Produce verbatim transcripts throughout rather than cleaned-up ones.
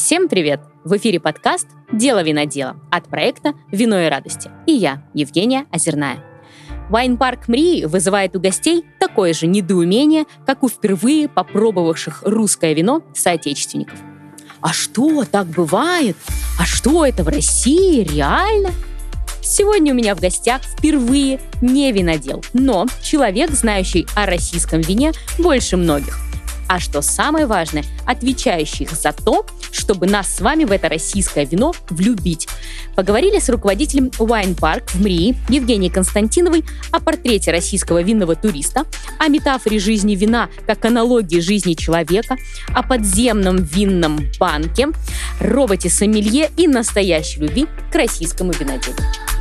Всем привет! В эфире подкаст «Дело винодела» от проекта «Вино и радости». И я, Евгения Озерная. Вайн-парк Мрии вызывает у гостей такое же недоумение, как у впервые попробовавших русское вино соотечественников. А что, так бывает? А что, это в России? Реально? Сегодня у меня в гостях впервые не винодел, но человек, знающий о российском вине больше многих. А что самое важное, отвечающих за то, чтобы нас с вами в это российское вино влюбить. Поговорили с руководителем Вайн-парк в Мрии Евгенией Константиновой о портрете российского винного туриста, о метафоре жизни вина как аналогии жизни человека, о подземном винном банке, роботе-сомелье и настоящей любви к российскому виноделию.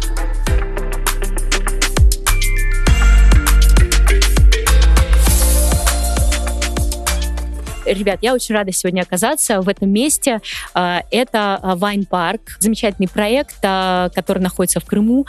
Ребят, я очень рада сегодня оказаться в этом месте. Это Вайн-парк, замечательный проект, который находится в Крыму.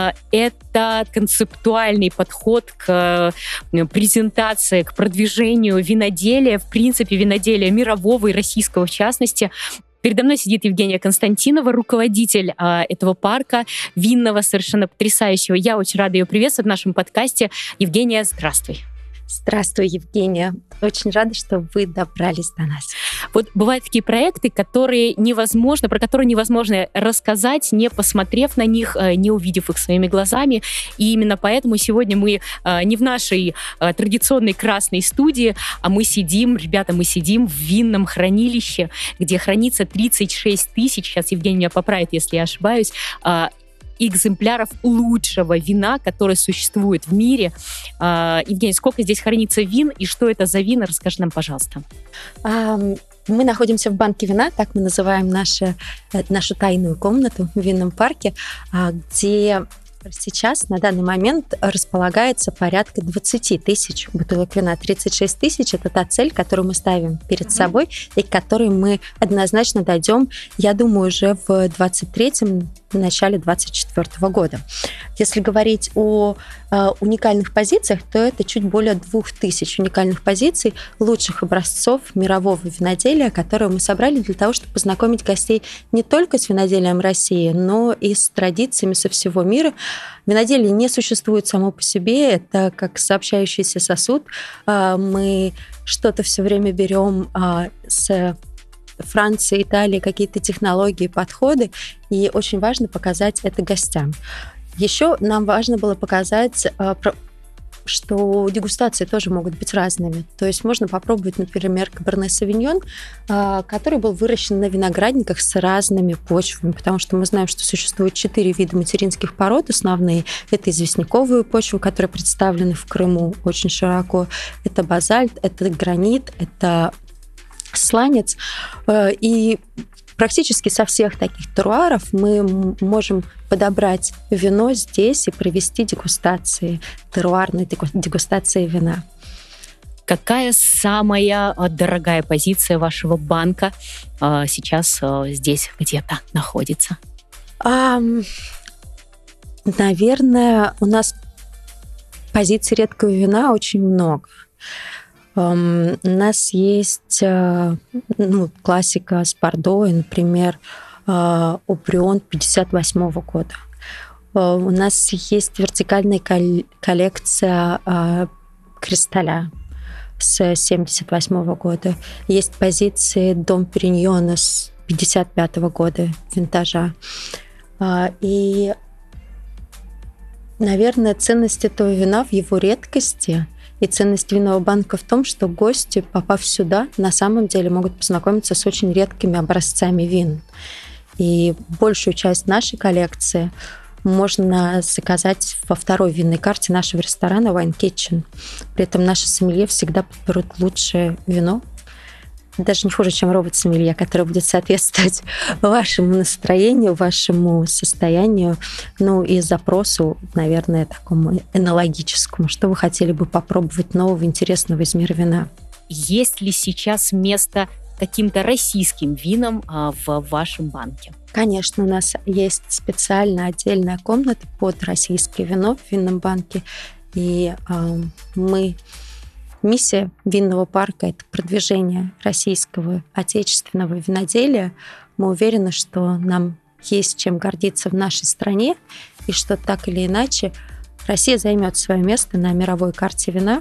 Это концептуальный подход к презентации, к продвижению виноделия, в принципе, виноделия мирового и российского в частности. Передо мной сидит Евгения Константинова, руководитель э, этого парка, винного, совершенно потрясающего. Я очень рада ее приветствовать в нашем подкасте. Евгения, здравствуй. Здравствуй, Евгения. Очень рада, что вы добрались до нас. Вот бывают такие проекты, которые невозможно, про которые невозможно рассказать, не посмотрев на них, не увидев их своими глазами. И именно поэтому сегодня мы не в нашей традиционной красной студии, а мы сидим, ребята, мы сидим в винном хранилище, где хранится тридцать шесть тысяч, сейчас Евгения меня поправит, если я ошибаюсь, экземпляров лучшего вина, которое существует в мире. Евгения, сколько здесь хранится вин и что это за вина? Расскажи нам, пожалуйста. Мы находимся в банке вина, так мы называем нашу, нашу тайную комнату в винном парке, где сейчас на данный момент располагается порядка двадцать тысяч бутылок вина. тридцать шесть тысяч – это та цель, которую мы ставим перед uh-huh. собой и к которой мы однозначно дойдем, я думаю, уже в двадцать третьем, в начале двадцать четвёртого года. Если говорить о э, уникальных позициях, то это чуть более двух тысяч уникальных позиций лучших образцов мирового виноделия, которые мы собрали для того, чтобы познакомить гостей не только с виноделием России, но и с традициями со всего мира. Виноделие не существует само по себе, это как сообщающийся сосуд. Мы что-то все время берем с Франции, Италии, какие-то технологии, подходы, и очень важно показать это гостям. Еще нам важно было показать, что дегустации тоже могут быть разными. То есть можно попробовать, например, Каберне Савиньон, который был выращен на виноградниках с разными почвами, потому что мы знаем, что существует четыре вида материнских пород основные. Это известняковые почвы, которые представлены в Крыму очень широко. Это базальт, это гранит, это сланец. И практически со всех таких теруаров мы можем подобрать вино здесь и провести дегустации, теруарные дегустации вина. Какая самая дорогая позиция вашего банка сейчас здесь где-то находится? А, наверное, у нас позиций редкого вина очень много. Um, у нас есть uh, ну, классика с Бордо, например, uh, Оприон пятьдесят восьмого года. Uh, у нас есть вертикальная кол- коллекция uh, Кристалля с семьдесят восьмого года. Есть позиции Дом Периньона с пятьдесят пятого года винтажа. Uh, и, наверное, ценность этого вина в его редкости. И ценность винного банка в том, что гости, попав сюда, на самом деле могут познакомиться с очень редкими образцами вин. И большую часть нашей коллекции можно заказать во второй винной карте нашего ресторана Wine Kitchen. При этом наши сомелье всегда подберут лучшее вино, даже не хуже, чем робот-сомелье, который будет соответствовать вашему настроению, вашему состоянию, ну и запросу, наверное, такому энологическому. Что вы хотели бы попробовать нового, интересного из мира вина? Есть ли сейчас место каким-то российским винам а, в вашем банке? Конечно, у нас есть специально отдельная комната под российское вино в винном банке, и э, мы миссия винного парка — это продвижение российского отечественного виноделия. Мы уверены, что нам есть чем гордиться в нашей стране, и что так или иначе Россия займет свое место на мировой карте вина.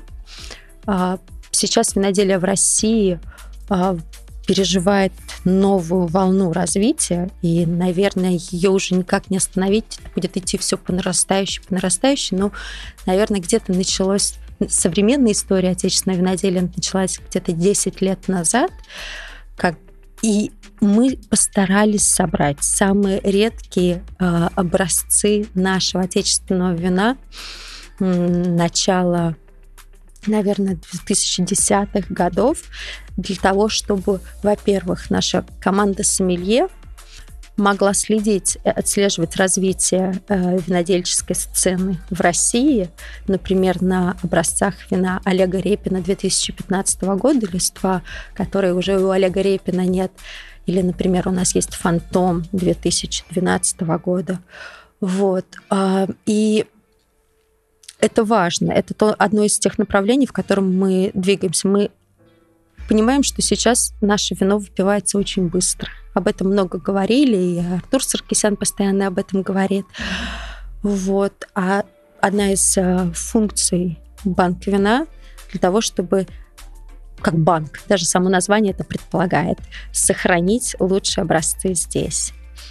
Сейчас виноделие в России переживает новую волну развития, и, наверное, ее уже никак не остановить. Это будет идти все по нарастающей, по нарастающей. Но, наверное, где-то началось... Современная история отечественного виноделия началась где-то десять лет назад, как... и мы постарались собрать самые редкие э, образцы нашего отечественного вина м, начала, наверное, двухтысячных годов, для того, чтобы, во-первых, наша команда сомелье могла следить, отслеживать развитие э, винодельческой сцены в России, например, на образцах вина Олега Репина две тысячи пятнадцатого года, листва, которые уже у Олега Репина нет, или, например, у нас есть Фантом две тысячи двенадцатого года. Вот. И это важно. Это то, одно из тех направлений, в котором мы двигаемся. Мы понимаем, что сейчас наше вино выпивается очень быстро. Об этом много говорили, и Артур Саркисян постоянно об этом говорит. Вот. А одна из функций банка вина для того, чтобы как банк, даже само название это предполагает, сохранить лучшие образцы здесь.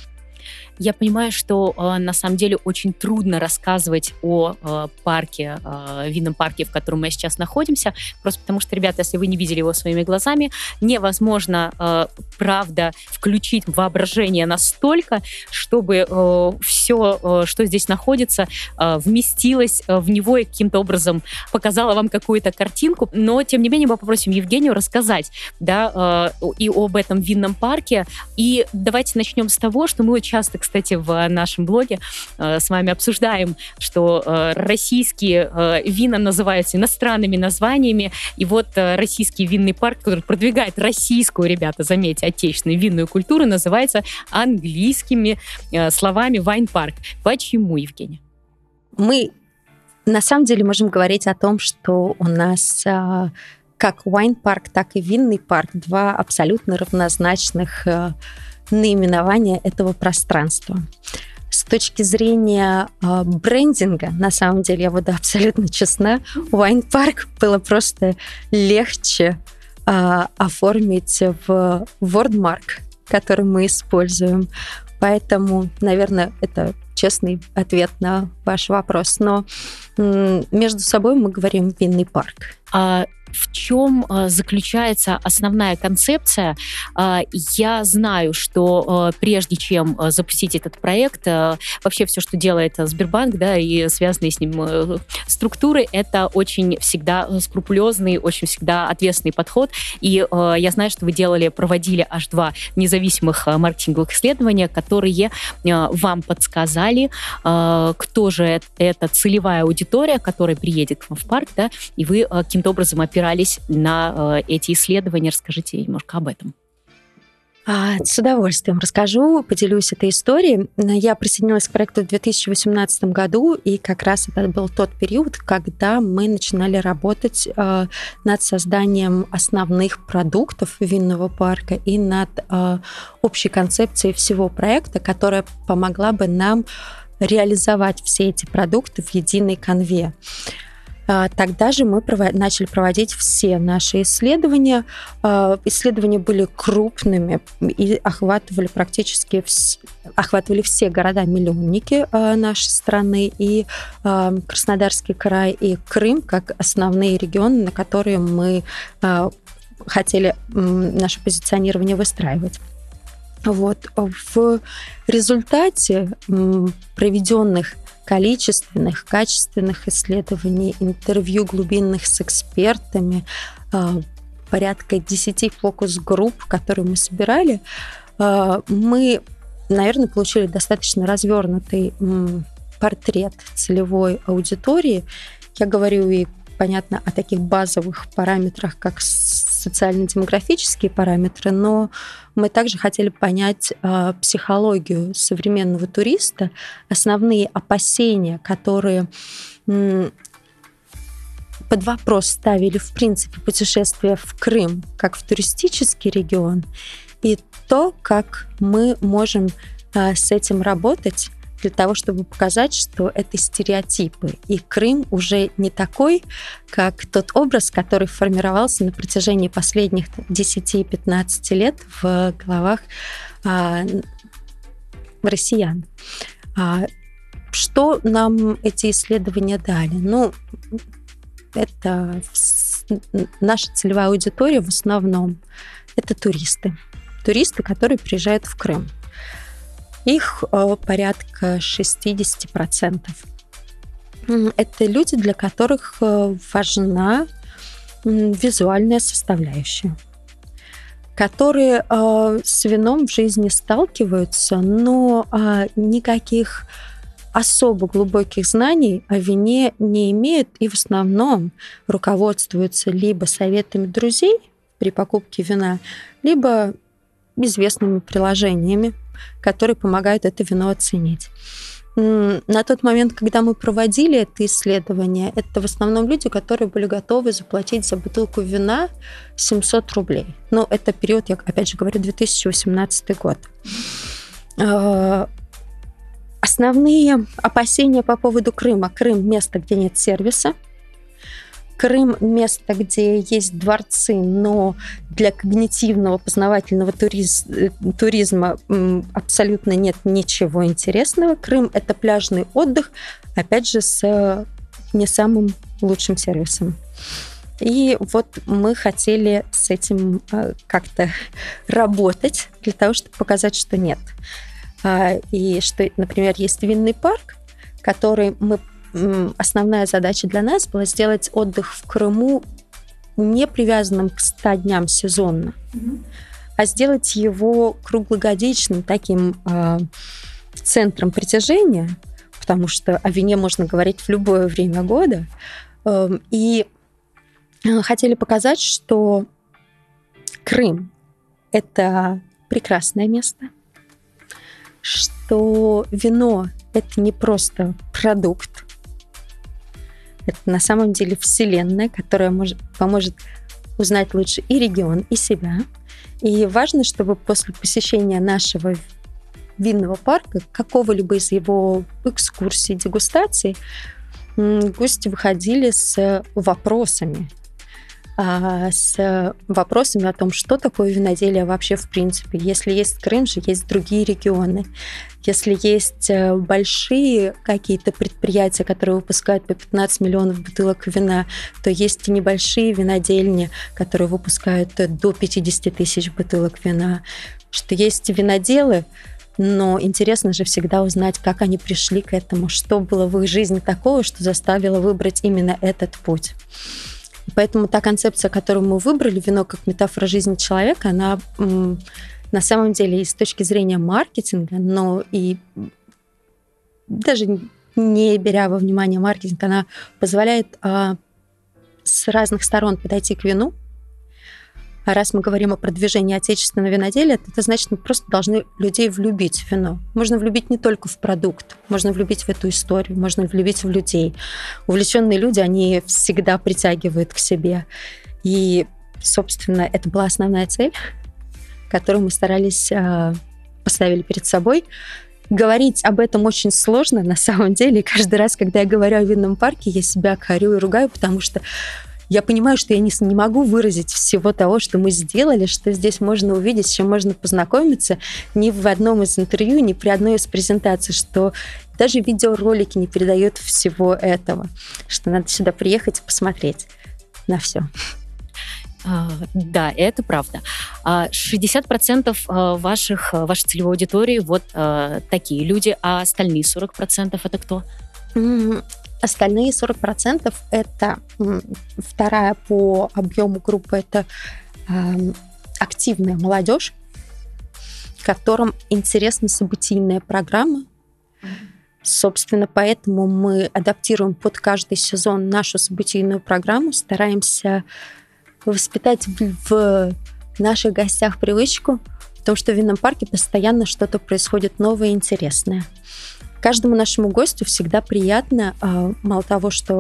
Я понимаю, что э, на самом деле очень трудно рассказывать о э, парке, э, винном парке, в котором мы сейчас находимся, просто потому что, ребята, если вы не видели его своими глазами, невозможно, э, правда, включить воображение настолько, чтобы э, все, э, что здесь находится, э, вместилось э, в него и каким-то образом показало вам какую-то картинку. Но, тем не менее, мы попросим Евгению рассказать, да, э, и об этом винном парке. И давайте начнем с того, что мы часто, кстати, в нашем блоге э, с вами обсуждаем, что э, российские э, вина называются иностранными названиями, и вот э, российский винный парк, который продвигает российскую, ребята, заметьте, отечественную винную культуру, называется английскими э, словами «вайн-парк». Почему, Евгения? Мы на самом деле можем говорить о том, что у нас э, как вайн-парк, так и винный парк, два абсолютно равнозначных э, наименование этого пространства. С точки зрения э, брендинга, на самом деле, я буду абсолютно честна, вайн-парк было просто легче э, оформить в wordmark, который мы используем. Поэтому, наверное, это честный ответ на ваш вопрос. Но м- между собой мы говорим «винный парк». А в чем э, заключается основная концепция? Э, я знаю, что э, прежде чем э, запустить этот проект, э, вообще все, что делает Сбербанк, да, и связанные с ним э, структуры, это очень всегда скрупулезный, очень всегда ответственный подход. И э, я знаю, что вы делали, проводили аж два независимых э, маркетинговых исследования, которые э, вам подсказали, э, кто же эта целевая аудитория, которая приедет к вам в парк, да, и вы э, каким-то образом опирались на э, эти исследования. Расскажите немножко об этом. А, с удовольствием расскажу, поделюсь этой историей. Я присоединилась к проекту в две тысячи восемнадцатом году, и как раз это был тот период, когда мы начинали работать э, над созданием основных продуктов винного парка и над э, общей концепцией всего проекта, которая помогла бы нам реализовать все эти продукты в единой канве. Тогда же мы провод... начали проводить все наши исследования. Исследования были крупными и охватывали практически вс... охватывали все города-миллионники нашей страны, и Краснодарский край, и Крым, как основные регионы, на которые мы хотели наше позиционирование выстраивать. Вот. В результате проведенных количественных, качественных исследований, интервью глубинных с экспертами, порядка десяти фокус-групп, которые мы собирали, мы, наверное, получили достаточно развернутый портрет целевой аудитории. Я говорю и, понятно, о таких базовых параметрах, как социально-демографические параметры, но мы также хотели понять э, психологию современного туриста, основные опасения, которые м, под вопрос ставили, в принципе, путешествие в Крым как в туристический регион, и то, как мы можем а, с этим работать для того, чтобы показать, что это стереотипы. И Крым уже не такой, как тот образ, который формировался на протяжении последних десять-пятнадцать лет в головах а, россиян. А, что нам эти исследования дали? Ну, это наша целевая аудитория в основном это туристы. Туристы, которые приезжают в Крым. Их порядка шестьдесят процентов. Это люди, для которых важна визуальная составляющая, которые с вином в жизни сталкиваются, но никаких особо глубоких знаний о вине не имеют и в основном руководствуются либо советами друзей при покупке вина, либо известными приложениями, которые помогают это вино оценить. На тот момент, когда мы проводили это исследование, это в основном люди, которые были готовы заплатить за бутылку вина семьсот рублей. Но это период, я опять же говорю, две тысячи восемнадцатый год. Основные опасения по поводу Крыма. Крым – место, где нет сервиса. Крым – место, где есть дворцы, но для когнитивного познавательного туриз... туризма абсолютно нет ничего интересного. Крым – это пляжный отдых, опять же, с не самым лучшим сервисом. И вот мы хотели с этим как-то работать для того, чтобы показать, что нет. И что, например, есть винный парк, который мы... Основная задача для нас была сделать отдых в Крыму не привязанным к ста дням сезонно, mm-hmm. а сделать его круглогодичным таким э, центром притяжения, потому что о вине можно говорить в любое время года. Э, и хотели показать, что Крым – это прекрасное место, что вино – это не просто продукт, это на самом деле вселенная, которая может, поможет узнать лучше и регион, и себя. И важно, чтобы после посещения нашего винного парка, какого-либо из его экскурсий, дегустаций, гости выходили с вопросами. С вопросами о том, что такое виноделие вообще в принципе. Если есть Крым же, есть другие регионы. Если есть большие какие-то предприятия, которые выпускают по пятнадцать миллионов бутылок вина, то есть и небольшие винодельни, которые выпускают до пятьдесят тысяч бутылок вина. Что есть виноделы, но интересно же всегда узнать, как они пришли к этому, что было в их жизни такого, что заставило выбрать именно этот путь. Поэтому та концепция, которую мы выбрали, вино как метафора жизни человека, она м, на самом деле и с точки зрения маркетинга, но и даже не беря во внимание маркетинг, она позволяет а, с разных сторон подойти к вину. А раз мы говорим о продвижении отечественного виноделия, это значит, мы просто должны людей влюбить в вино. Можно влюбить не только в продукт, можно влюбить в эту историю, можно влюбить в людей. Увлеченные люди, они всегда притягивают к себе. И, собственно, это была основная цель, которую мы старались, поставили перед собой. Говорить об этом очень сложно, на самом деле. И каждый раз, когда я говорю о винном парке, я себя корю и ругаю, потому что я понимаю, что я не, не могу выразить всего того, что мы сделали, что здесь можно увидеть, с чем можно познакомиться ни в одном из интервью, ни при одной из презентаций, что даже видеоролики не передают всего этого, что надо сюда приехать и посмотреть на все. Да, это правда. шестьдесят процентов ваших, вашей целевой аудитории вот такие люди, а остальные сорок процентов это кто? Остальные сорок процентов это вторая по объему группа, это э, активная молодежь, которым интересна событийная программа. Собственно, поэтому мы адаптируем под каждый сезон нашу событийную программу, стараемся воспитать в, в наших гостях привычку, потому что в винном парке постоянно что-то происходит новое и интересное. Каждому нашему гостю всегда приятно, мало того, что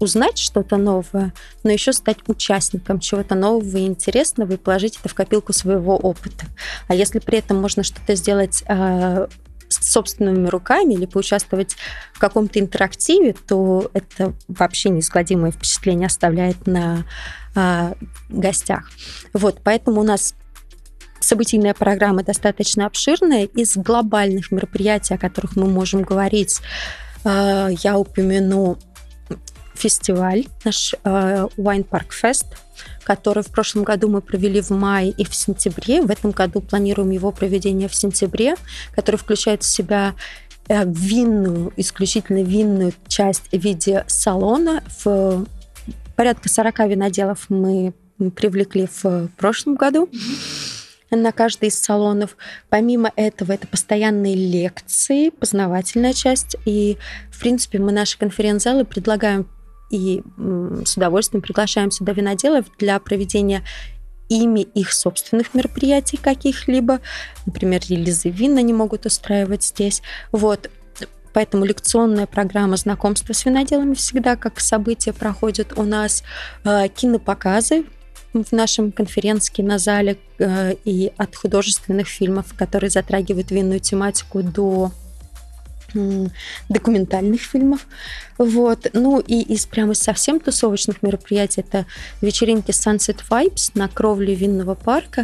узнать что-то новое, но еще стать участником чего-то нового и интересного и положить это в копилку своего опыта. А если при этом можно что-то сделать э, собственными руками или поучаствовать в каком-то интерактиве, то это вообще неизгладимое впечатление оставляет на э, гостях. Вот, поэтому у нас событийная программа достаточно обширная. Из глобальных мероприятий, о которых мы можем говорить, э, я упомяну фестиваль, наш э, Wine Park Fest, который в прошлом году мы провели в мае и в сентябре. В этом году планируем его проведение в сентябре, который включает в себя э, винную, исключительно винную часть в виде салона. В порядка сорок виноделов мы привлекли в прошлом году на каждый из салонов. Помимо этого, это постоянные лекции, познавательная часть. И, в принципе, мы наши конференц-залы предлагаем и с удовольствием приглашаем сюда виноделов для проведения ими их собственных мероприятий каких-либо. Например, релизы вин они могут устраивать здесь. Вот. Поэтому лекционная программа знакомства с виноделами всегда как событие проходит у нас. Кинопоказы в нашем конференц-кинозале и от художественных фильмов, которые затрагивают винную тематику, до документальных фильмов. Вот. Ну и из прямо совсем тусовочных мероприятий это вечеринки Sunset Vibes на кровле винного парка.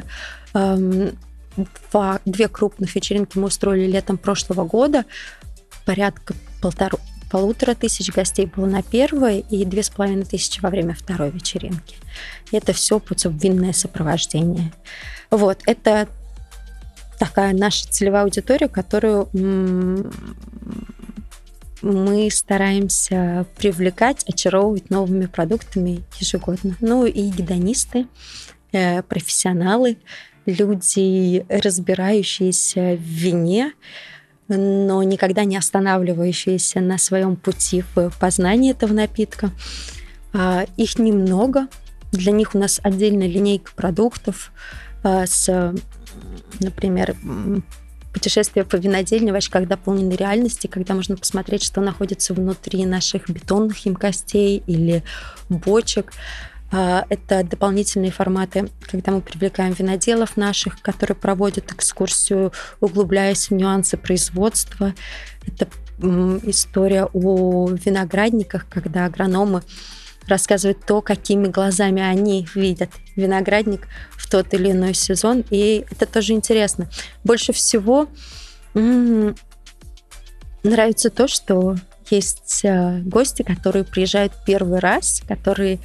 Два, две крупных вечеринки мы устроили летом прошлого года. Порядка полтору, полутора тысяч гостей было на первой и две с половиной тысячи во время второй вечеринки. И это все винное сопровождение. Вот. Это такая наша целевая аудитория, которую мы стараемся привлекать, очаровывать новыми продуктами ежегодно. Ну и гедонисты, профессионалы, люди, разбирающиеся в вине, но никогда не останавливающиеся на своем пути в познании этого напитка. Их немного. Для них у нас отдельная линейка продуктов с, например, путешествие по винодельне в очках дополненной реальности, когда можно посмотреть, что находится внутри наших бетонных емкостей или бочек. Это дополнительные форматы, когда мы привлекаем виноделов наших, которые проводят экскурсию, углубляясь в нюансы производства. Это история о виноградниках, когда агрономы рассказывают то, какими глазами они видят виноградник в тот или иной сезон. И это тоже интересно. Больше всего м-м, нравится то, что есть э, гости, которые приезжают первый раз, которые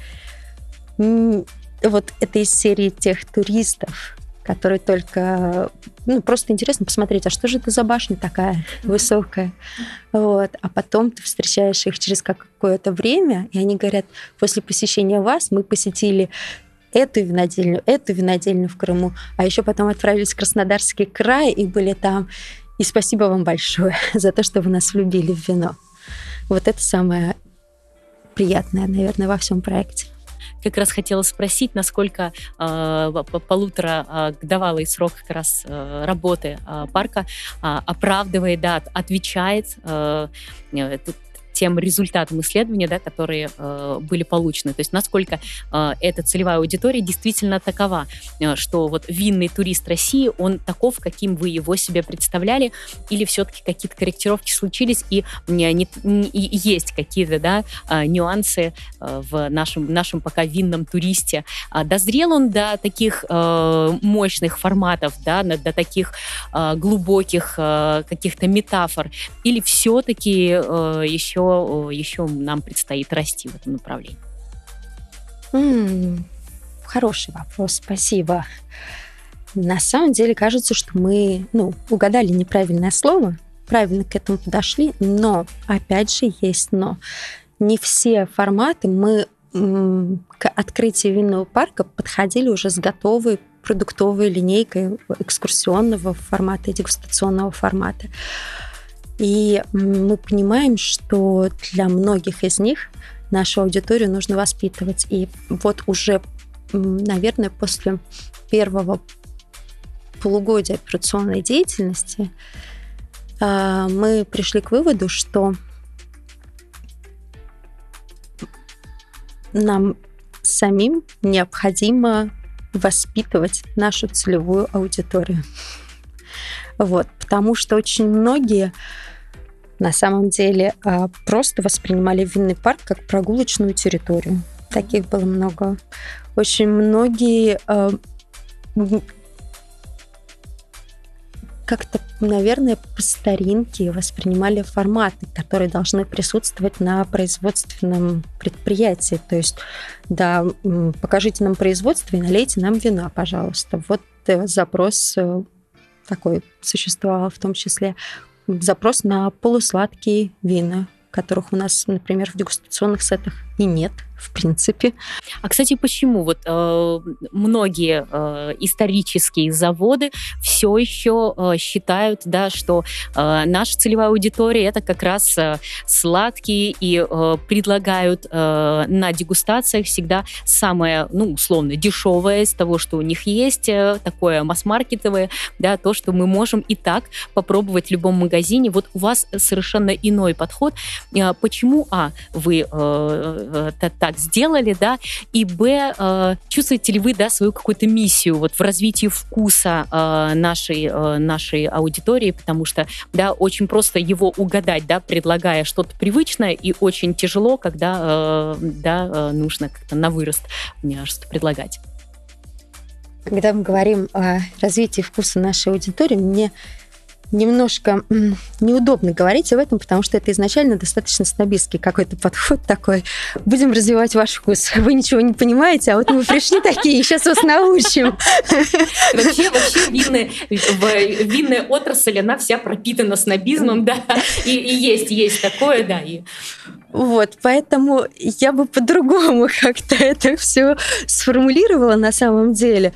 м- вот это из серии тех туристов, которые только... Ну, просто интересно посмотреть, а что же это за башня такая высокая? Вот. А потом ты встречаешь их через какое-то время, и они говорят, после посещения вас мы посетили эту винодельню, эту винодельню в Крыму, а еще потом отправились в Краснодарский край и были там. И спасибо вам большое за то, что вы нас влюбили в вино. Вот это самое приятное, наверное, во всем проекте. Как раз хотела спросить, насколько э, полуторагодовалый срок как раз э, работы э, парка э, оправдывает, да, отвечает э, э, тем результатам исследования, да, которые э, были получены. То есть насколько э, эта целевая аудитория действительно такова, э, что вот винный турист России, он таков, каким вы его себе представляли, или все-таки какие-то корректировки случились, и, не, не, и есть какие-то, да, э, нюансы э, в нашем, нашем пока винном туристе. А дозрел он до таких э, мощных форматов, да, до таких э, глубоких э, каких-то метафор, или все-таки э, еще еще нам предстоит расти в этом направлении? Mm, хороший вопрос, спасибо. На самом деле кажется, что мы, ну, угадали неправильное слово, правильно к этому подошли, но, опять же, есть но. Не все форматы мы м, к открытию винного парка подходили уже с готовой продуктовой линейкой экскурсионного формата и дегустационного формата. И мы понимаем, что для многих из них нашу аудиторию нужно воспитывать. И вот уже, наверное, после первого полугодия операционной деятельности мы пришли к выводу, что нам самим необходимо воспитывать нашу целевую аудиторию. Вот, потому что очень многие на самом деле просто воспринимали винный парк как прогулочную территорию. Таких было много. Очень многие как-то, наверное, по старинке воспринимали форматы, которые должны присутствовать на производственном предприятии. То есть, да, покажите нам производство и налейте нам вина, пожалуйста. Вот запрос такой существовал в том числе. Запрос на полусладкие вина, которых у нас, например, в дегустационных сетах и нет, в принципе. А, кстати, почему вот э, многие э, исторические заводы все еще э, считают, да, что э, наша целевая аудитория это как раз э, сладкие и э, предлагают э, на дегустациях всегда самое, ну, условно, дешевое из того, что у них есть, э, такое масс-маркетовое, да, то, что мы можем и так попробовать в любом магазине. Вот у вас совершенно иной подход. Э, почему, а, вы э, так сделали, да, и б, э, чувствуете ли вы, да, свою какую-то миссию вот в развитии вкуса э, нашей, э, нашей аудитории, потому что, да, очень просто его угадать, да, предлагая что-то привычное, и очень тяжело, когда, э, да, нужно как-то на вырост мне что-то предлагать. Когда мы говорим о развитии вкуса нашей аудитории, мне немножко неудобно говорить об этом, потому что это изначально достаточно снобистский какой-то подход такой. Будем развивать ваш вкус. Вы ничего не понимаете, а вот мы пришли такие, и сейчас вас научим. Вообще, вообще винная, винная отрасль, она вся пропитана снобизмом, да, и, и есть, есть такое, да. И... Вот, поэтому я бы по-другому как-то это все сформулировала на самом деле.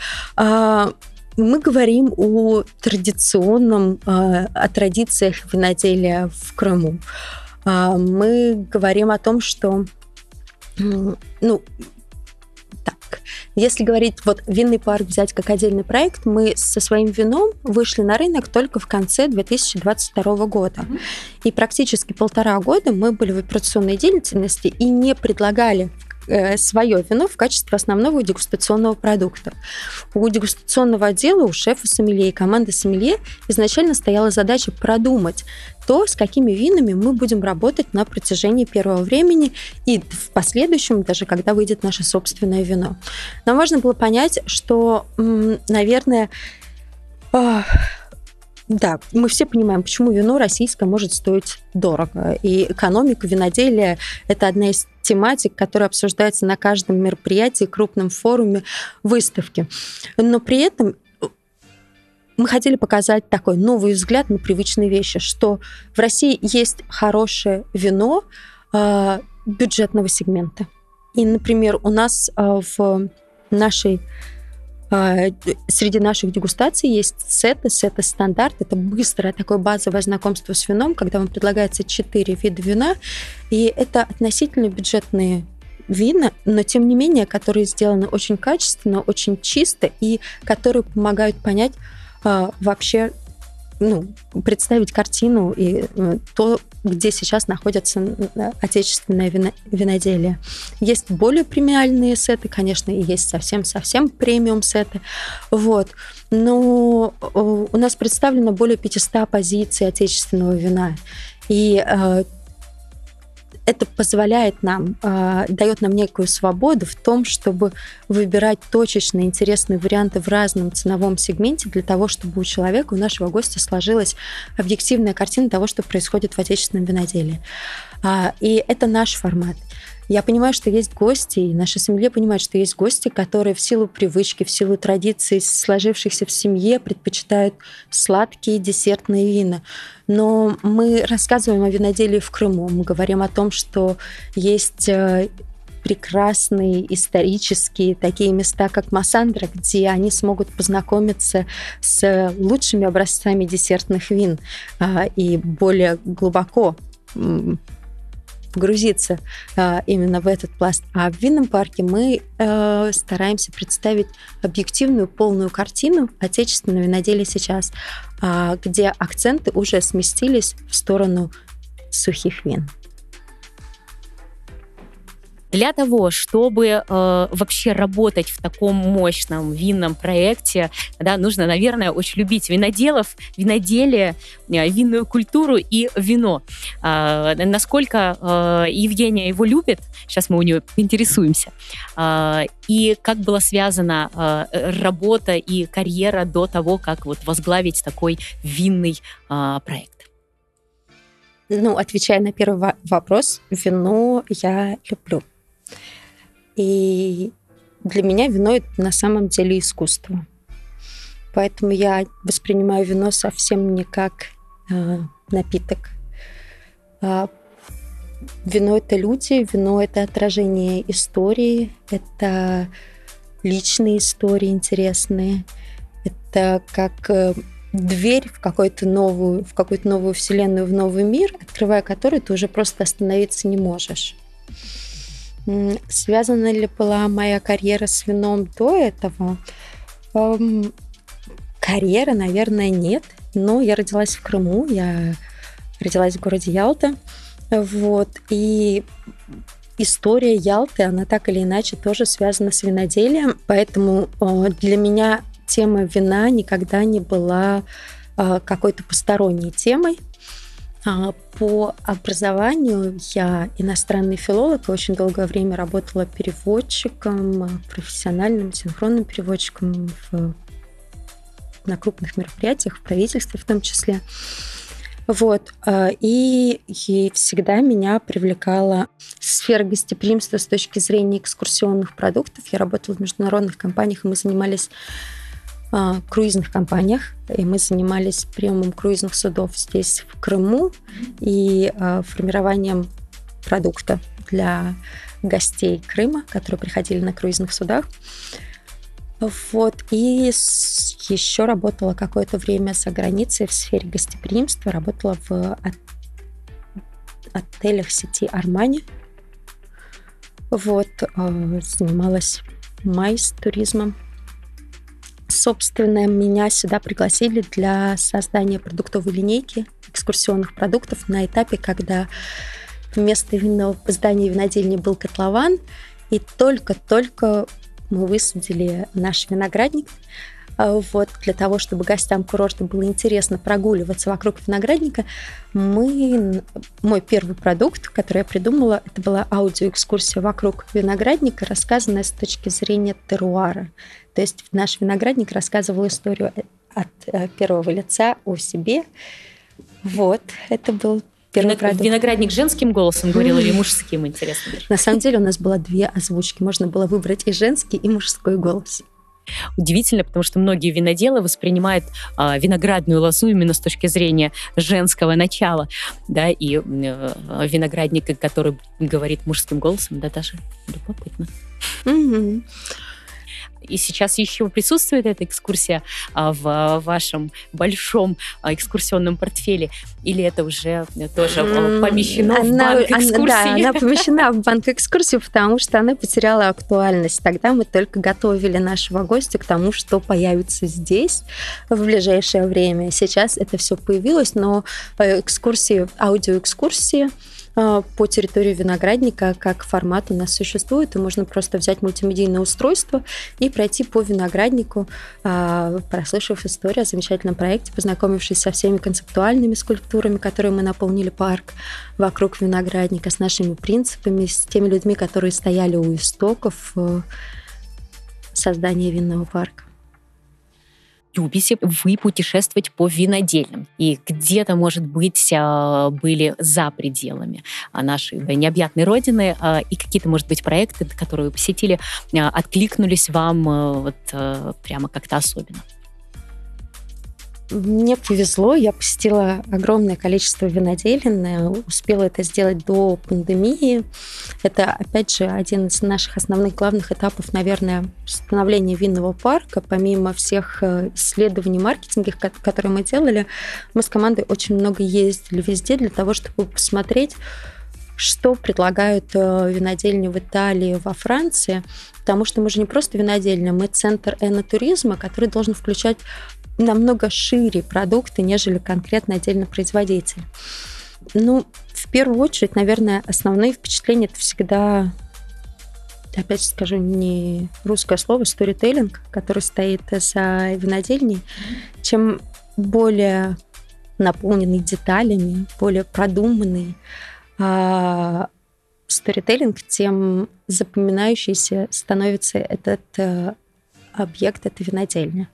Мы говорим о традиционном, о традициях виноделия в Крыму. Мы говорим о том, что, ну, так, если говорить, вот винный парк взять как отдельный проект, мы со своим вином вышли на рынок только в конце две тысячи двадцать второго года. Mm-hmm. И практически полтора года мы были в операционной деятельности и не предлагали свое вино в качестве основного дегустационного продукта. У дегустационного отдела, у шефа сомелье и команды сомелье изначально стояла задача продумать то, с какими винами мы будем работать на протяжении первого времени и в последующем, даже когда выйдет наше собственное вино. Нам важно было понять, что, наверное, да, мы все понимаем, почему вино российское может стоить дорого. И экономика виноделия – это одна из тематик, которая обсуждается на каждом мероприятии, крупном форуме, выставке. Но при этом мы хотели показать такой новый взгляд на привычные вещи, что в России есть хорошее вино э, бюджетного сегмента. И, например, у нас э, в нашей среди наших дегустаций есть сеты, сеты стандарт. Это быстрое такое базовое знакомство с вином, когда вам предлагается четыре вида вина, и это относительно бюджетные вина, но тем не менее, которые сделаны очень качественно, очень чисто и которые помогают понять а, вообще, ну, представить картину и а, то, где сейчас находится отечественное вино, виноделие. Есть более премиальные сеты, конечно, и есть совсем-совсем премиум сеты. Вот. Но у нас представлено более пятьсот позиций отечественного вина. И э, это позволяет нам, э, дает нам некую свободу в том, чтобы выбирать точечно интересные варианты в разном ценовом сегменте для того, чтобы у человека, у нашего гостя сложилась объективная картина того, что происходит в отечественном виноделии. Э, и это наш формат. Я понимаю, что есть гости, и наши сомелье понимают, что есть гости, которые в силу привычки, в силу традиций, сложившихся в семье, предпочитают сладкие десертные вина. Но мы рассказываем о виноделии в Крыму. Мы говорим о том, что есть прекрасные исторические такие места, как Массандра, где они смогут познакомиться с лучшими образцами десертных вин и более глубоко погрузиться э, именно в этот пласт. А в винном парке мы э, стараемся представить объективную, полную картину отечественного виноделия сейчас, э, где акценты уже сместились в сторону сухих вин. Для того, чтобы э, вообще работать в таком мощном винном проекте, да, нужно, наверное, очень любить виноделов, виноделие, э, винную культуру и вино. Э, насколько э, Евгения его любит, сейчас мы у нее интересуемся, э, и как была связана э, работа и карьера до того, как вот возглавить такой винный э, проект. Ну, отвечая на первый вопрос, вино я люблю. И для меня вино — это на самом деле искусство. Поэтому я воспринимаю вино совсем не как э, напиток. А вино — это люди, вино — это отражение истории, это личные истории интересные, это как э, дверь в какую-то новую, в какую-то новую вселенную, в новый мир, открывая которую ты уже просто остановиться не можешь. Связана ли была моя карьера с вином до этого? Эм, карьера, наверное, нет. Но я родилась в Крыму, я родилась в городе Ялта. Вот, и история Ялты, она так или иначе тоже связана с виноделием. Поэтому э, для меня тема вина никогда не была э, какой-то посторонней темой. По образованию я иностранный филолог, и очень долгое время работала переводчиком, профессиональным синхронным переводчиком в, на крупных мероприятиях, в правительстве в том числе. Вот. И, и всегда меня привлекала сфера гостеприимства с точки зрения экскурсионных продуктов. Я работала в международных компаниях, и мы занимались круизных компаниях, и мы занимались приемом круизных судов здесь, в Крыму, и э, формированием продукта для гостей Крыма, которые приходили на круизных судах. Вот. И с, еще работала какое-то время за границей в сфере гостеприимства, работала в от, отелях сети Армани. Вот. Э, занималась майс-туризмом. Собственно, меня сюда пригласили для создания продуктовой линейки экскурсионных продуктов на этапе, когда вместо винного здания винодельни был котлован, и только-только мы высадили наш виноградник. Вот, для того, чтобы гостям курорта было интересно прогуливаться вокруг виноградника, мы, мой первый продукт, который я придумала, это была аудиоэкскурсия вокруг виноградника, рассказанная с точки зрения теруара. То есть наш виноградник рассказывал историю от первого лица о себе. Вот, это был первый Виног... продукт. Виноградник женским голосом говорил или мужским, интересно? На самом деле у нас было две озвучки. Можно было выбрать и женский, и мужской голос. Удивительно, потому что многие виноделы воспринимают э, виноградную лозу именно с точки зрения женского начала, да, и э, виноградник, который говорит мужским голосом, да, даже любопытно. Mm-hmm. И сейчас еще присутствует эта экскурсия а, в вашем большом а, экскурсионном портфеле? Или это уже тоже mm, помещено она, в банк экскурсий? Она, да, она помещена в банк экскурсий, потому что она потеряла актуальность. Тогда мы только готовили нашего гостя к тому, что появится здесь в ближайшее время. Сейчас это все появилось, но экскурсии, аудиоэкскурсии по территории виноградника как формат у нас существует, и можно просто взять мультимедийное устройство и пройти по винограднику, прослушав историю о замечательном проекте, познакомившись со всеми концептуальными скульптурами, которые мы наполнили парк вокруг виноградника, с нашими принципами, с теми людьми, которые стояли у истоков создания винного парка. Любите вы путешествовать по винодельням? И где-то, может быть, были за пределами нашей необъятной родины, и какие-то, может быть, проекты, которые вы посетили, откликнулись вам вот прямо как-то особенно? Мне повезло, я посетила огромное количество виноделин, успела это сделать до пандемии. Это, опять же, один из наших основных главных этапов, наверное, становления винного парка. Помимо всех исследований маркетинга, которые мы делали, мы с командой очень много ездили везде для того, чтобы посмотреть, что предлагают винодельни в Италии, во Франции, потому что мы же не просто винодельня, мы центр энотуризма, который должен включать намного шире продукты, нежели конкретно отдельно производитель. Ну, в первую очередь, наверное, основные впечатления — это всегда опять скажу не русское слово, сторителлинг, который стоит за винодельней. Чем более наполненный деталями, более продуманный а, сторителлинг, тем запоминающийся становится этот а, объект, эта винодельня.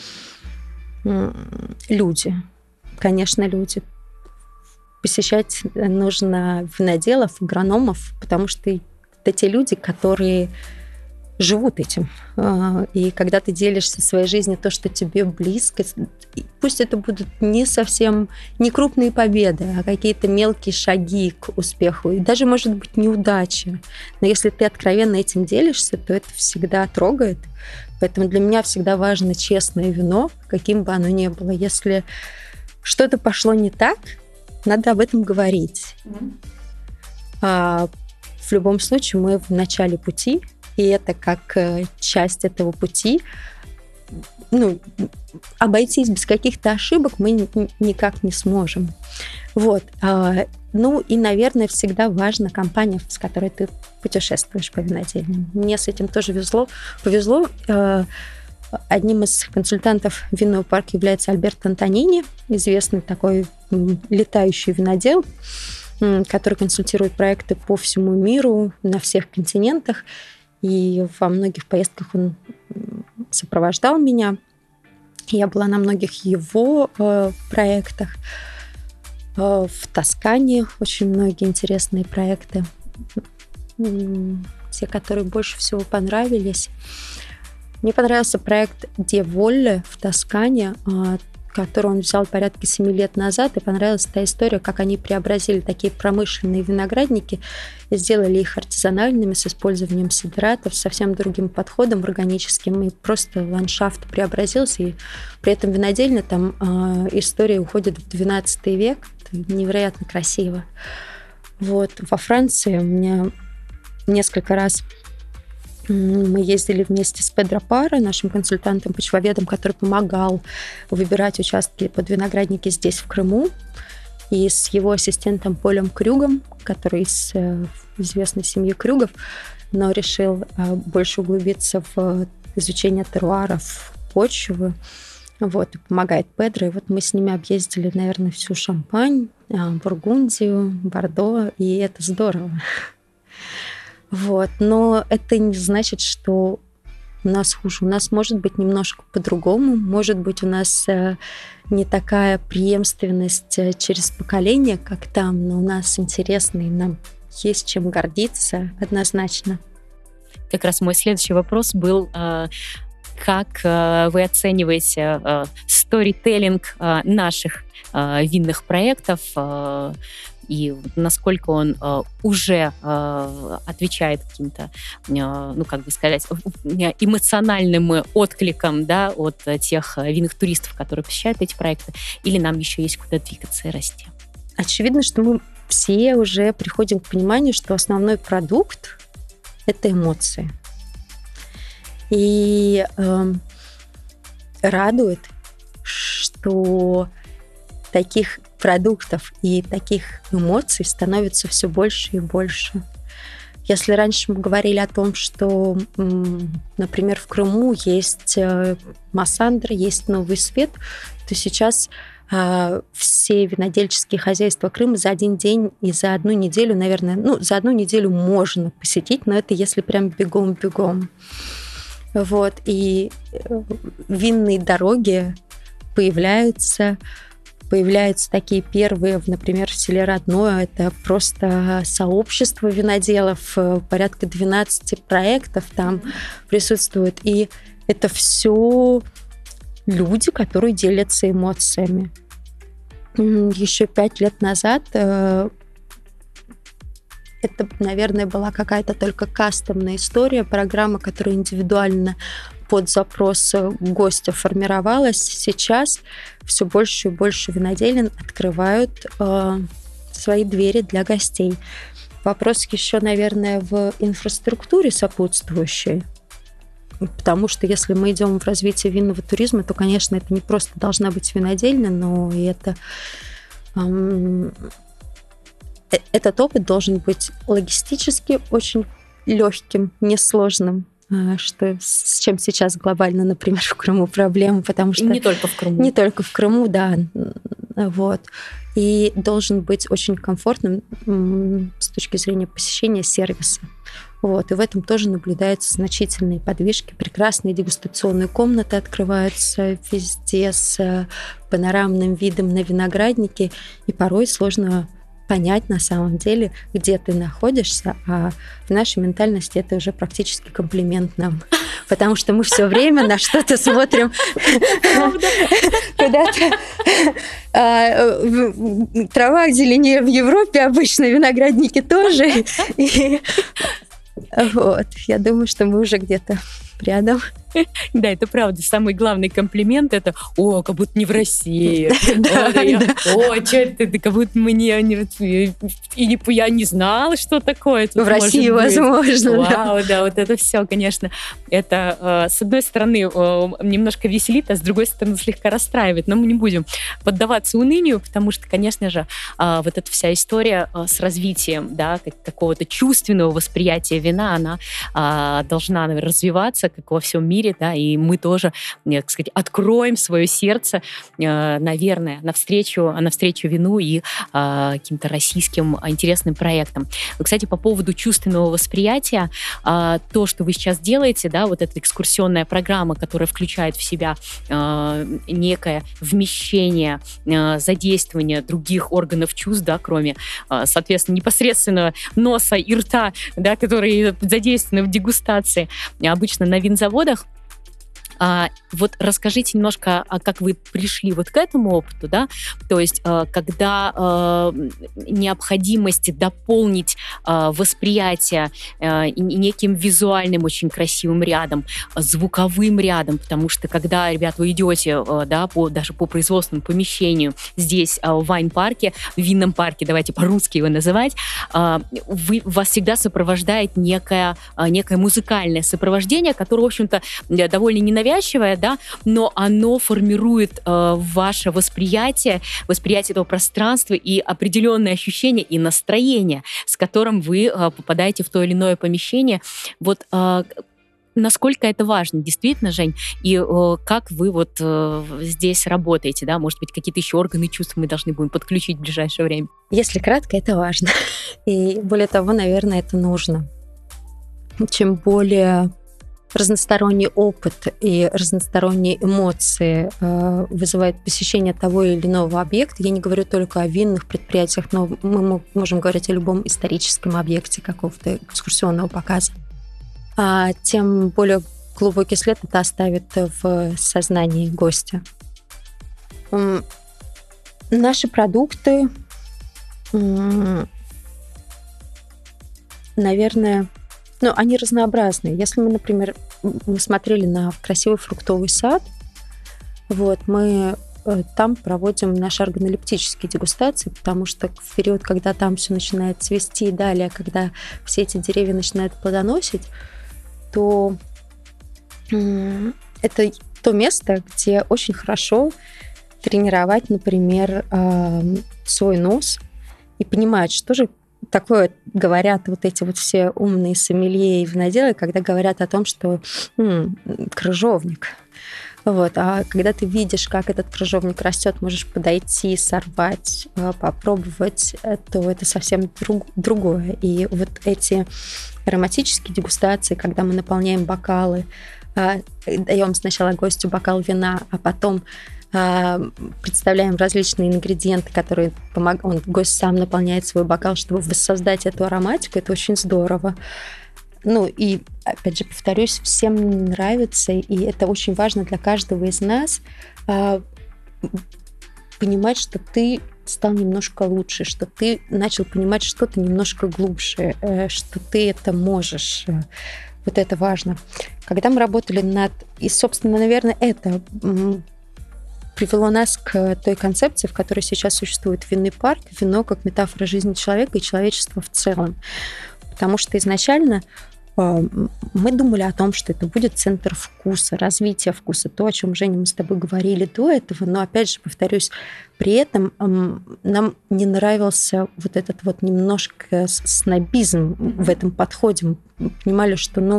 Люди, конечно, люди. Посещать нужно виноделов, агрономов, потому что это те люди, которые живут этим. И когда ты делишься своей жизнью, то, что тебе близко, пусть это будут не совсем, не крупные победы, а какие-то мелкие шаги к успеху. И даже, может быть, неудачи. Но если ты откровенно этим делишься, то это всегда трогает. Поэтому для меня всегда важно честное вино, каким бы оно ни было. Если что-то пошло не так, надо об этом говорить. Mm-hmm. А в любом случае мы в начале пути, и это как часть этого пути. Ну, обойтись без каких-то ошибок мы никак не сможем. Вот. Ну и, наверное, всегда важна компания, с которой ты путешествуешь по винодельням. Мне с этим тоже везло, повезло. Одним из консультантов винного парка является Альберт Антонини, известный такой летающий винодел, который консультирует проекты по всему миру, на всех континентах. И во многих поездках он сопровождал меня. Я была на многих его э, проектах. Э, в Тоскане очень многие интересные проекты. Те, которые больше всего понравились. Мне понравился проект «Де Волле» в Тоскане, э, который он взял порядка семи лет назад, и понравилась та история, как они преобразили такие промышленные виноградники и сделали их артизанальными с использованием сидератов, совсем другим подходом органическим, и просто ландшафт преобразился, и при этом винодельня там э, история уходит в двенадцатый век, это невероятно красиво. Вот. Во Франции у меня несколько раз мы ездили вместе с Педро Паро, нашим консультантом, почвоведом, который помогал выбирать участки под виноградники здесь, в Крыму, и с его ассистентом Полем Крюгом, который из известной семьи Крюгов, но решил больше углубиться в изучение теруаров, почвы. Вот, и помогает Педро. И вот мы с ними объездили, наверное, всю Шампань, Бургундию, Бордо, и это здорово. Вот. Но это не значит, что у нас хуже. У нас может быть немножко по-другому. Может быть, у нас не такая преемственность через поколение, как там, но у нас интересно, и нам есть чем гордиться однозначно. Как раз мой следующий вопрос был, как вы оцениваете сторителлинг наших винных проектов, и насколько он э, уже э, отвечает каким-то, э, ну, как бы сказать, эмоциональным откликам, да, от тех винных туристов, которые посещают эти проекты, или нам еще есть куда двигаться и расти? Очевидно, что мы все уже приходим к пониманию, что основной продукт – это эмоции. И э, радует, что таких продуктов и таких эмоций становится все больше и больше. Если раньше мы говорили о том, что, например, в Крыму есть Массандра, есть Новый Свет, то сейчас э, все винодельческие хозяйства Крыма за один день и за одну неделю, наверное, ну, за одну неделю можно посетить, но это если прям бегом-бегом. Вот. И винные дороги появляются, Появляются такие первые, например, в селе Родное. Это просто сообщество виноделов, порядка двенадцать проектов там присутствует. И это все люди, которые делятся эмоциями. Еще пять лет назад это, наверное, была какая-то только кастомная история, программа, которая индивидуально под запрос гостя формировалась. Сейчас все больше и больше виноделин открывают э, свои двери для гостей. Вопрос еще, наверное, в инфраструктуре сопутствующей. Потому что если мы идем в развитие винного туризма, то, конечно, это не просто должна быть винодельня, но и это, эм, этот опыт должен быть логистически очень легким, несложным, что, с чем сейчас глобально, например, в Крыму проблема, потому что... И не только в Крыму. Не только в Крыму, да. Вот. И должен быть очень комфортным с точки зрения посещения сервиса. Вот. И в этом тоже наблюдаются значительные подвижки. Прекрасные дегустационные комнаты открываются везде с панорамным видом на виноградники. И порой сложно понять на самом деле, где ты находишься, а в нашей ментальности это уже практически комплимент нам. Потому что мы все время на что-то смотрим куда-то. Трава зеленее в Европе, обычно виноградники тоже. Вот, я думаю, что мы уже где-то рядом. Да, это правда. Самый главный комплимент — это «О, как будто не в России». «О, что это? Как будто мне не... И я не знала, что такое. В России возможно. Вау, да, вот это все, конечно. Это, с одной стороны, немножко веселит, а с другой стороны, слегка расстраивает. Но мы не будем поддаваться унынию, потому что, конечно же, вот эта вся история с развитием, да, какого-то чувственного восприятия вина, она должна, наверное, развиваться, как во всем мире, да, и мы тоже, так сказать, откроем свое сердце, наверное, навстречу, навстречу вину и каким-то российским интересным проектам. Кстати, по поводу чувственного восприятия, то, что вы сейчас делаете, да, вот эта экскурсионная программа, которая включает в себя некое вмещение, задействование других органов чувств, да, кроме, соответственно, непосредственно носа и рта, да, которые задействованы в дегустации, обычно на винзаводах. А, вот расскажите немножко, а как вы пришли вот к этому опыту, да, то есть а, когда а, необходимость дополнить а, восприятие а, неким визуальным очень красивым рядом, звуковым рядом, потому что когда, ребят, вы идете, а, да, по, даже по производственному помещению здесь, а, в вайн-парке, в винном парке, давайте по-русски его называть, а, вы, вас всегда сопровождает некое, а, некое музыкальное сопровождение, которое, в общем-то, довольно ненавязчивое, навязчивое, да, но оно формирует э, ваше восприятие, восприятие этого пространства и определенные ощущения и настроение, с которым вы э, попадаете в то или иное помещение. Вот э, насколько это важно, действительно, Жень, и э, как вы вот э, здесь работаете, да, может быть, какие-то еще органы чувств мы должны будем подключить в ближайшее время? Если кратко, это важно. И более того, наверное, это нужно. Чем более разносторонний опыт и разносторонние эмоции э, вызывает посещение того или иного объекта. Я не говорю только о винных предприятиях, но мы можем говорить о любом историческом объекте какого-то экскурсионного показа. А тем более глубокий след это оставит в сознании гостя. М- наши продукты, м- наверное, ну, они разнообразные. Если мы, например, мы смотрели на красивый фруктовый сад, вот, мы там проводим наши органолептические дегустации, потому что в период, когда там все начинает цвести и далее, когда все эти деревья начинают плодоносить, то это то место, где очень хорошо тренировать, например, свой нос и понимать, что же такое говорят вот эти вот все умные сомелье и виноделы, когда говорят о том, что м-м, крыжовник. Вот. А когда ты видишь, как этот крыжовник растет, можешь подойти, сорвать, попробовать, то это совсем друг, другое. И вот эти ароматические дегустации, когда мы наполняем бокалы, даем сначала гостю бокал вина, а потом представляем различные ингредиенты, которые помогают. Гость сам наполняет свой бокал, чтобы воссоздать эту ароматику. Это очень здорово. Ну и, опять же, повторюсь, всем нравится, и это очень важно для каждого из нас понимать, что ты стал немножко лучше, что ты начал понимать что-то немножко глубже, что ты это можешь. Вот это важно. Когда мы работали над... И, собственно, наверное, это привело нас к той концепции, в которой сейчас существует винный парк, вино как метафора жизни человека и человечества в целом. Потому что изначально Мы думали о том, что это будет центр вкуса, развития вкуса, то, о чем, Женя, мы с тобой говорили до этого, но, опять же, повторюсь, при этом нам не нравился вот этот вот немножко снобизм в этом подходе. Мы понимали, что, ну,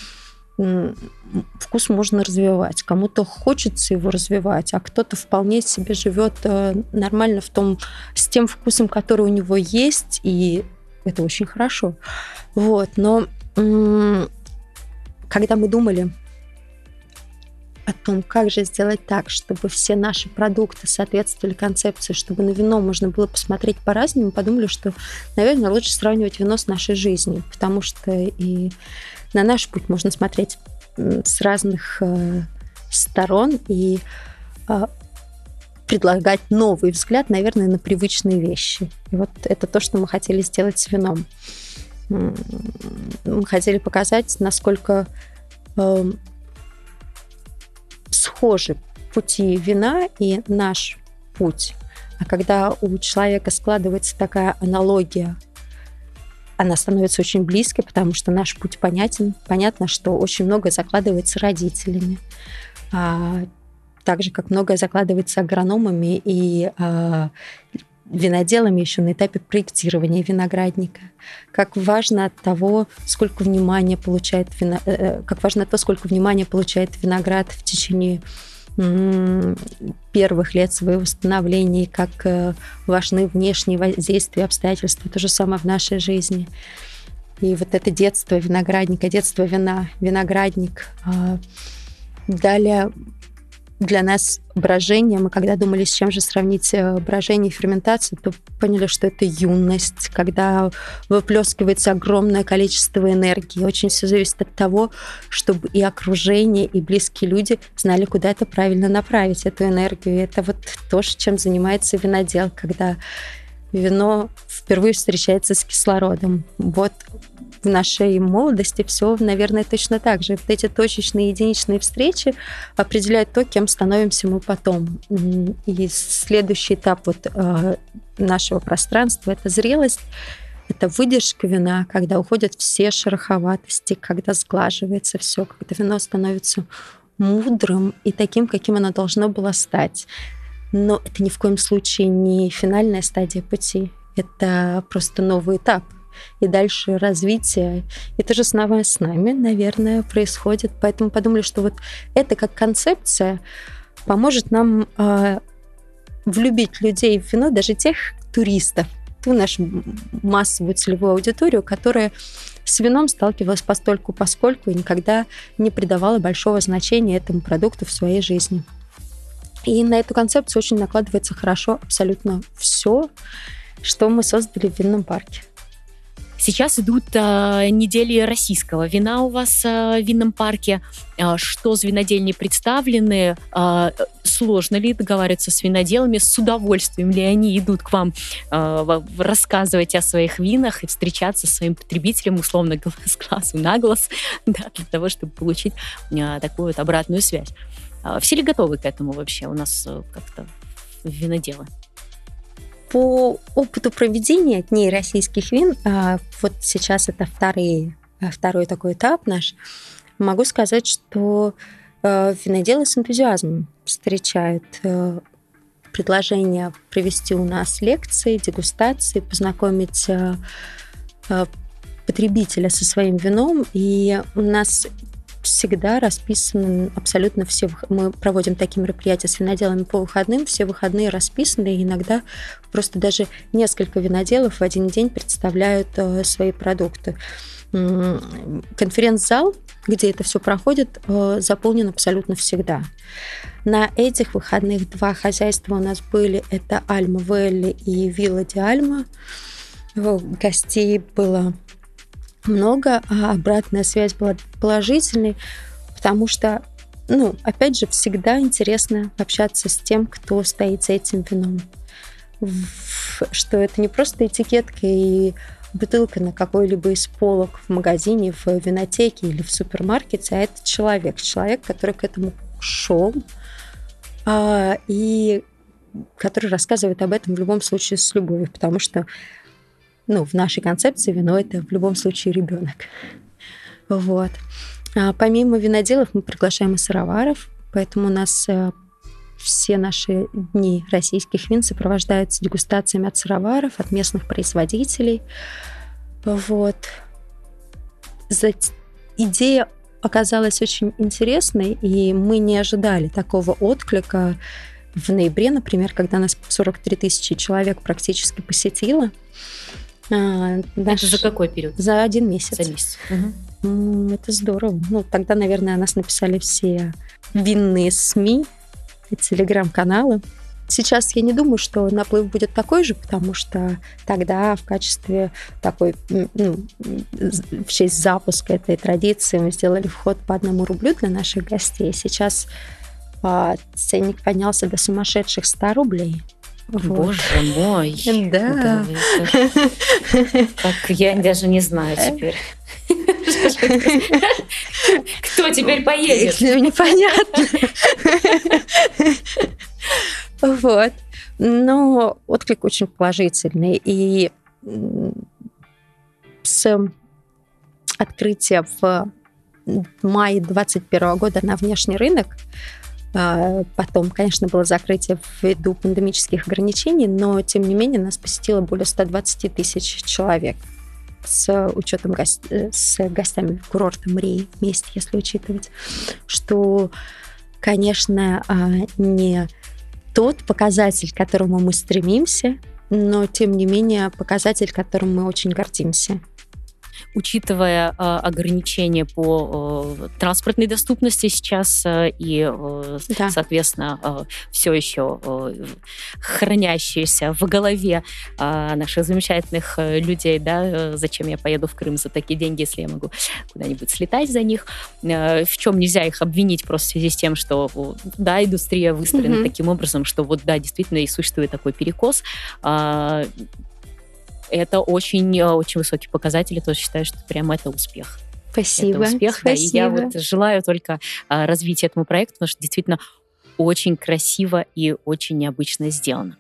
вкус можно развивать, кому-то хочется его развивать, а кто-то вполне себе живет нормально в том, с тем вкусом, который у него есть, и это очень хорошо. Вот, но когда мы думали о том, как же сделать так, чтобы все наши продукты соответствовали концепции, чтобы на вино можно было посмотреть по-разному, подумали, что, наверное, лучше сравнивать вино с нашей жизнью, потому что и на наш путь можно смотреть с разных э, сторон и э, предлагать новый взгляд, наверное, на привычные вещи. И вот это то, что мы хотели сделать с вином. Мы хотели показать, насколько э, схожи пути вина и наш путь. А когда у человека складывается такая аналогия, она становится очень близкой, потому что наш путь понятен. Понятно, что очень многое закладывается родителями, а, так же, как многое закладывается агрономами и а, виноделами еще на этапе проектирования виноградника. Как важно от того, сколько внимания получает вино, э, как важно то, сколько внимания получает виноград в течение м- первых лет своего становления, как э, важны внешние воздействия, обстоятельства, то же самое в нашей жизни. И вот это детство виноградника, детство вина, виноградник. Э, далее для нас брожение, мы когда думали, с чем же сравнить брожение и ферментацию, то поняли, что это юность, когда выплескивается огромное количество энергии. Очень все зависит от того, чтобы и окружение, и близкие люди знали, куда это правильно направить, эту энергию. И это вот то, чем занимается винодел, когда вино впервые встречается с кислородом. Вот в нашей молодости все, наверное, точно так же. Вот эти точечные, единичные встречи определяют то, кем становимся мы потом. И следующий этап вот нашего пространства — это зрелость, это выдержка вина, когда уходят все шероховатости, когда сглаживается все, когда вино становится мудрым и таким, каким оно должно было стать. Но это ни в коем случае не финальная стадия пути. Это просто новый этап. И дальше развитие. И то же самое с нами, наверное, происходит. Поэтому подумали, что вот это как концепция поможет нам э, влюбить людей в вино, даже тех туристов, ту нашу массовую целевую аудиторию, которая с вином сталкивалась постольку-поскольку и никогда не придавала большого значения этому продукту в своей жизни. И на эту концепцию очень накладывается хорошо абсолютно все, что мы создали в винном парке. Сейчас идут э, недели российского вина у вас э, в винном парке. Э, что с винодельней представлены? Э, сложно ли договариваться с виноделами? С удовольствием ли они идут к вам э, рассказывать о своих винах и встречаться со своим потребителем, условно, с глазу на глаз, да, для того, чтобы получить э, такую вот обратную связь? Э, все ли готовы к этому вообще у нас э, как-то виноделы? По опыту проведения дней российских вин, вот сейчас это второй, второй такой этап наш, могу сказать, что виноделы с энтузиазмом встречают предложение провести у нас лекции, дегустации, познакомить потребителя со своим вином. И у нас всегда расписаны абсолютно все. Мы проводим такие мероприятия с виноделами по выходным, все выходные расписаны, и иногда просто даже несколько виноделов в один день представляют э, свои продукты. Конференц-зал, где это все проходит, э, заполнен абсолютно всегда. На этих выходных два хозяйства у нас были. Это Альма Велли и Вилла ди Альма. Гостей было много, а обратная связь была положительной, потому что, ну, опять же, всегда интересно общаться с тем, кто стоит за этим вином. Что это не просто этикетка и бутылка на какой-либо из полок в магазине, в винотеке или в супермаркете, а это человек, человек, который к этому шел, а, и который рассказывает об этом в любом случае с любовью, потому что, ну, в нашей концепции вино — это в любом случае ребенок. Вот. А помимо виноделов мы приглашаем и сыроваров, поэтому у нас все наши дни российских вин сопровождаются дегустациями от сыроваров, от местных производителей. Вот. Идея оказалась очень интересной, и мы не ожидали такого отклика. В ноябре, например, когда нас сорок три тысячи человек практически посетило. А, наш... Это за какой период? За один месяц. За месяц. Угу. Это здорово. Ну, тогда, наверное, о нас написали все винные СМИ, телеграм-каналы. Сейчас я не думаю, что наплыв будет такой же, потому что тогда в качестве такой, ну, в честь запуска этой традиции мы сделали вход по одному рублю для наших гостей. Сейчас а, ценник поднялся до сумасшедших ста рублей. Боже вот. Мой! Да. да как я даже не знаю теперь. Кто теперь поедет? Непонятно. Вот. Но отклик очень положительный. И с открытия в мае двадцать первого года на внешний рынок, потом, конечно, было закрытие ввиду пандемических ограничений, но, тем не менее, нас посетило более ста двадцати тысяч человек с учетом гость... с гостями курорта Мрии вместе, если учитывать, что, конечно, не тот показатель, к которому мы стремимся, но, тем не менее, показатель, которым мы очень гордимся. Учитывая э, ограничения по э, транспортной доступности сейчас э, и, э, да. соответственно, э, все еще э, хранящиеся в голове э, наших замечательных э, людей, да, э, зачем я поеду в Крым за такие деньги, если я могу куда-нибудь слетать за них, э, в чем нельзя их обвинить просто в связи с тем, что, да, индустрия выстроена mm-hmm. таким образом, что вот, да, действительно и существует такой перекос. Э, Это очень, очень высокий показатель. Я тоже считаю, что прямо это успех. Спасибо. Это успех, Спасибо. Да, и я вот желаю только а, развития этому проекту, потому что действительно очень красиво и очень необычно сделано.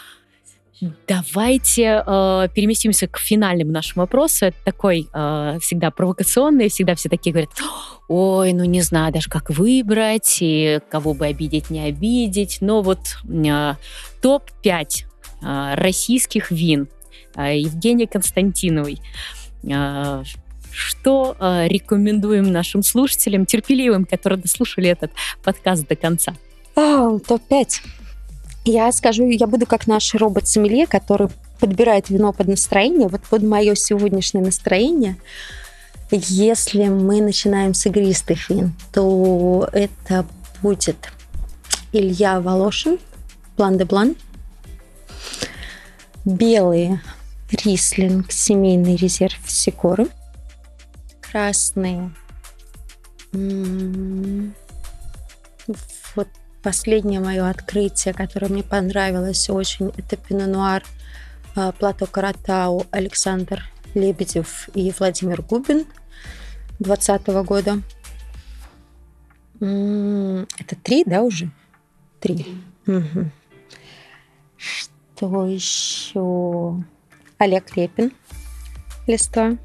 Давайте э, переместимся к финальному нашему вопросу. Это такой э, всегда провокационный, всегда все такие говорят: ой, ну не знаю даже, как выбрать, и кого бы обидеть, не обидеть. Но вот э, топ пять э, российских вин Евгении Константиновой. Что рекомендуем нашим слушателям, терпеливым, которые дослушали этот подкаст до конца? Oh, топ пять. Я скажу, я буду как наш робот-сомелье, который подбирает вино под настроение, вот под мое сегодняшнее настроение. Если мы начинаем с игристых вин, то это будет Илья Волошин, Блан де Блан. Белые Рислинг, семейный резерв Сикоры. Красные. М-м-м. Вот последнее мое открытие, которое мне понравилось очень, это Пино Нуар Плато Каратау, Александр Лебедев и Владимир Губин двадцатого года. М-м. Это три, да, уже? Три. Угу. Что еще? Олег Репин, листва.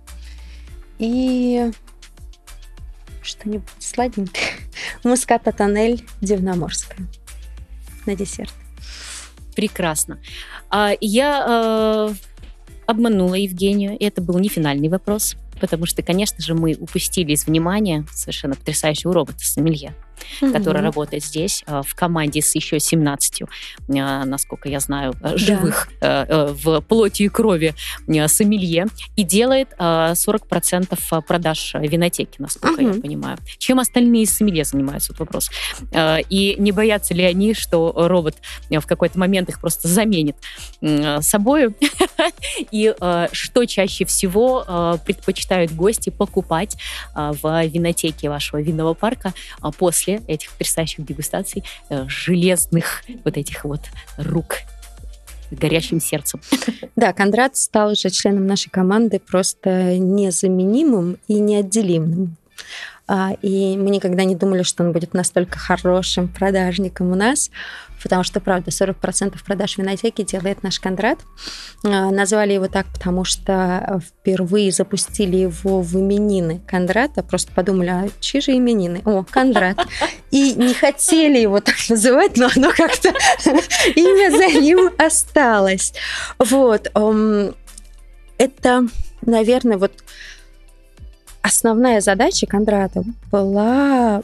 И что-нибудь сладенькое. Муската Тоннель Дивноморская на десерт. Прекрасно. А, я э, обманула Евгению, и это был не финальный вопрос, потому что, конечно же, мы упустили из внимания совершенно потрясающего робота-сомелье, mm-hmm. который работает здесь в команде с еще семнадцатью, насколько я знаю, живых да. в плоти и крови сомелье, и делает сорок процентов продаж винотеки, насколько mm-hmm. я понимаю. Чем остальные сомелье занимаются, вот вопрос. И не боятся ли они, что робот в какой-то момент их просто заменит собою? И что чаще всего предпочитают гости покупать в винотеке вашего винного парка после этих потрясающих дегустаций железных вот этих вот рук с горящим сердцем? Да, Кондрат стал уже членом нашей команды просто незаменимым и неотделимым. И мы никогда не думали, что он будет настолько хорошим продажником у нас, потому что, правда, сорок процентов продаж винотеки делает наш Кондрат. Назвали его так, потому что впервые запустили его в именины Кондрата. Просто подумали, а чьи же именины? О, Кондрат. И не хотели его так называть, но оно как-то имя за ним осталось. Вот. Это, наверное, вот основная задача Кондрата была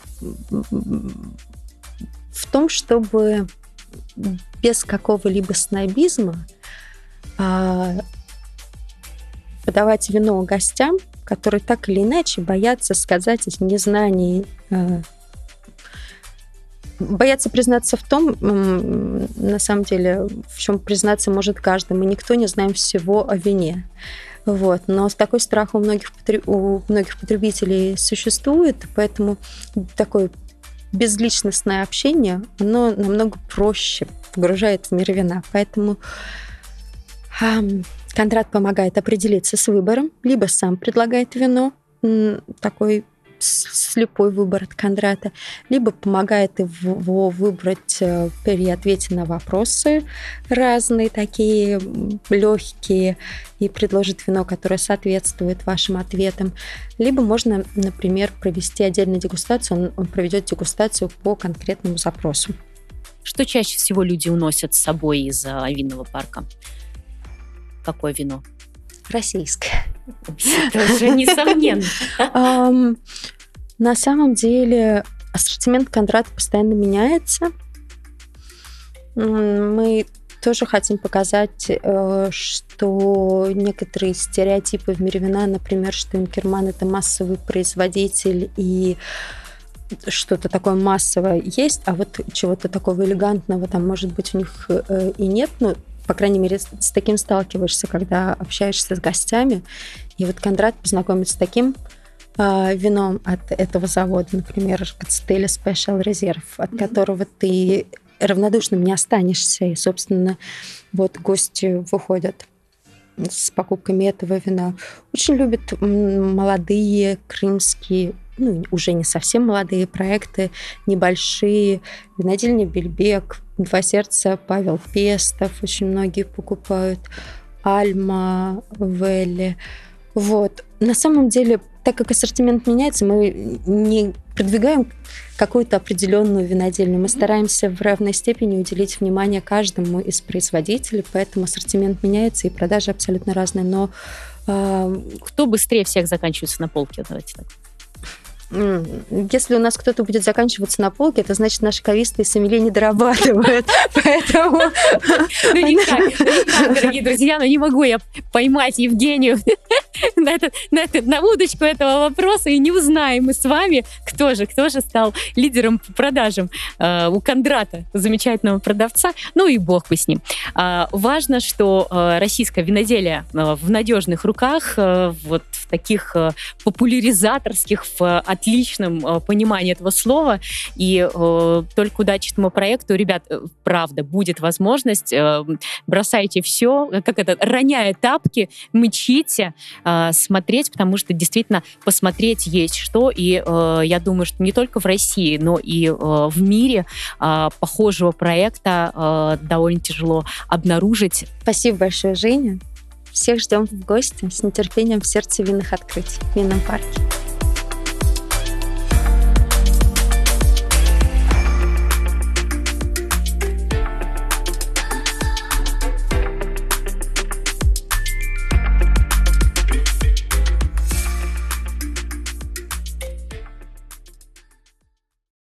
в том, чтобы без какого-либо снобизма подавать вино гостям, которые так или иначе боятся сказать из незнания, боятся признаться в том, на самом деле, в чем признаться может каждый. Мы никто не знаем всего о вине. Вот. Но такой страх у многих, у многих потребителей существует, поэтому такое безличностное общение, оно намного проще погружает в мир вина. Поэтому эм, Кондрат помогает определиться с выбором, либо сам предлагает вино, такой слепой выбор от Кондрата, либо помогает его выбрать при ответе на вопросы разные, такие легкие, и предложит вино, которое соответствует вашим ответам. Либо можно, например, провести отдельную дегустацию, он, он проведет дегустацию по конкретному запросу. Что чаще всего люди уносят с собой из винного парка? Какое вино? Российское. Это уже несомненно. На самом деле ассортимент Кондрата постоянно меняется. Мы тоже хотим показать, что некоторые стереотипы в мире вина, например, что Инкерман — это массовый производитель и что-то такое массовое есть, а вот чего-то такого элегантного там, может быть, у них и нет, но по крайней мере, с таким сталкиваешься, когда общаешься с гостями. И вот Кондрат познакомится с таким э, вином от этого завода, например, Коцтели Special Reserve, от mm-hmm. которого ты равнодушным не останешься. И, собственно, вот гости выходят с покупками этого вина. Очень любят молодые крымские, ну, уже не совсем молодые проекты, небольшие. Винодельня Бельбек, Два сердца, Павел Пестов очень многие покупают, Альма, Велли. Вот. На самом деле, так как ассортимент меняется, мы не продвигаем какую-то определенную винодельню. Мы стараемся в равной степени уделить внимание каждому из производителей, поэтому ассортимент меняется и продажи абсолютно разные. Но э... кто быстрее всех заканчивается на полке? Давайте так. Если у нас кто-то будет заканчиваться на полке, это значит, наши кависты и сомелье не дорабатывают. Поэтому... Ну никак, дорогие друзья, но не могу я поймать Евгению на, этот, на, этот, на удочку этого вопроса, и не узнаем мы с вами, кто же, кто же стал лидером по продажам э, у Кондрата, замечательного продавца. Ну и бог бы с ним. Э, важно, что э, российское виноделие э, в надежных руках, э, вот в таких э, популяризаторских, в отличном э, понимании этого слова, и э, только удачи этому проекту. Ребят, э, правда, будет возможность, э, бросайте все, как это, роняя тапки, мычите, э, смотреть, потому что действительно посмотреть есть что, и э, я думаю, что не только в России, но и э, в мире э, похожего проекта э, довольно тяжело обнаружить. Спасибо большое, Женя. Всех ждем в гости с нетерпением в сердце винных открытий в винном парке.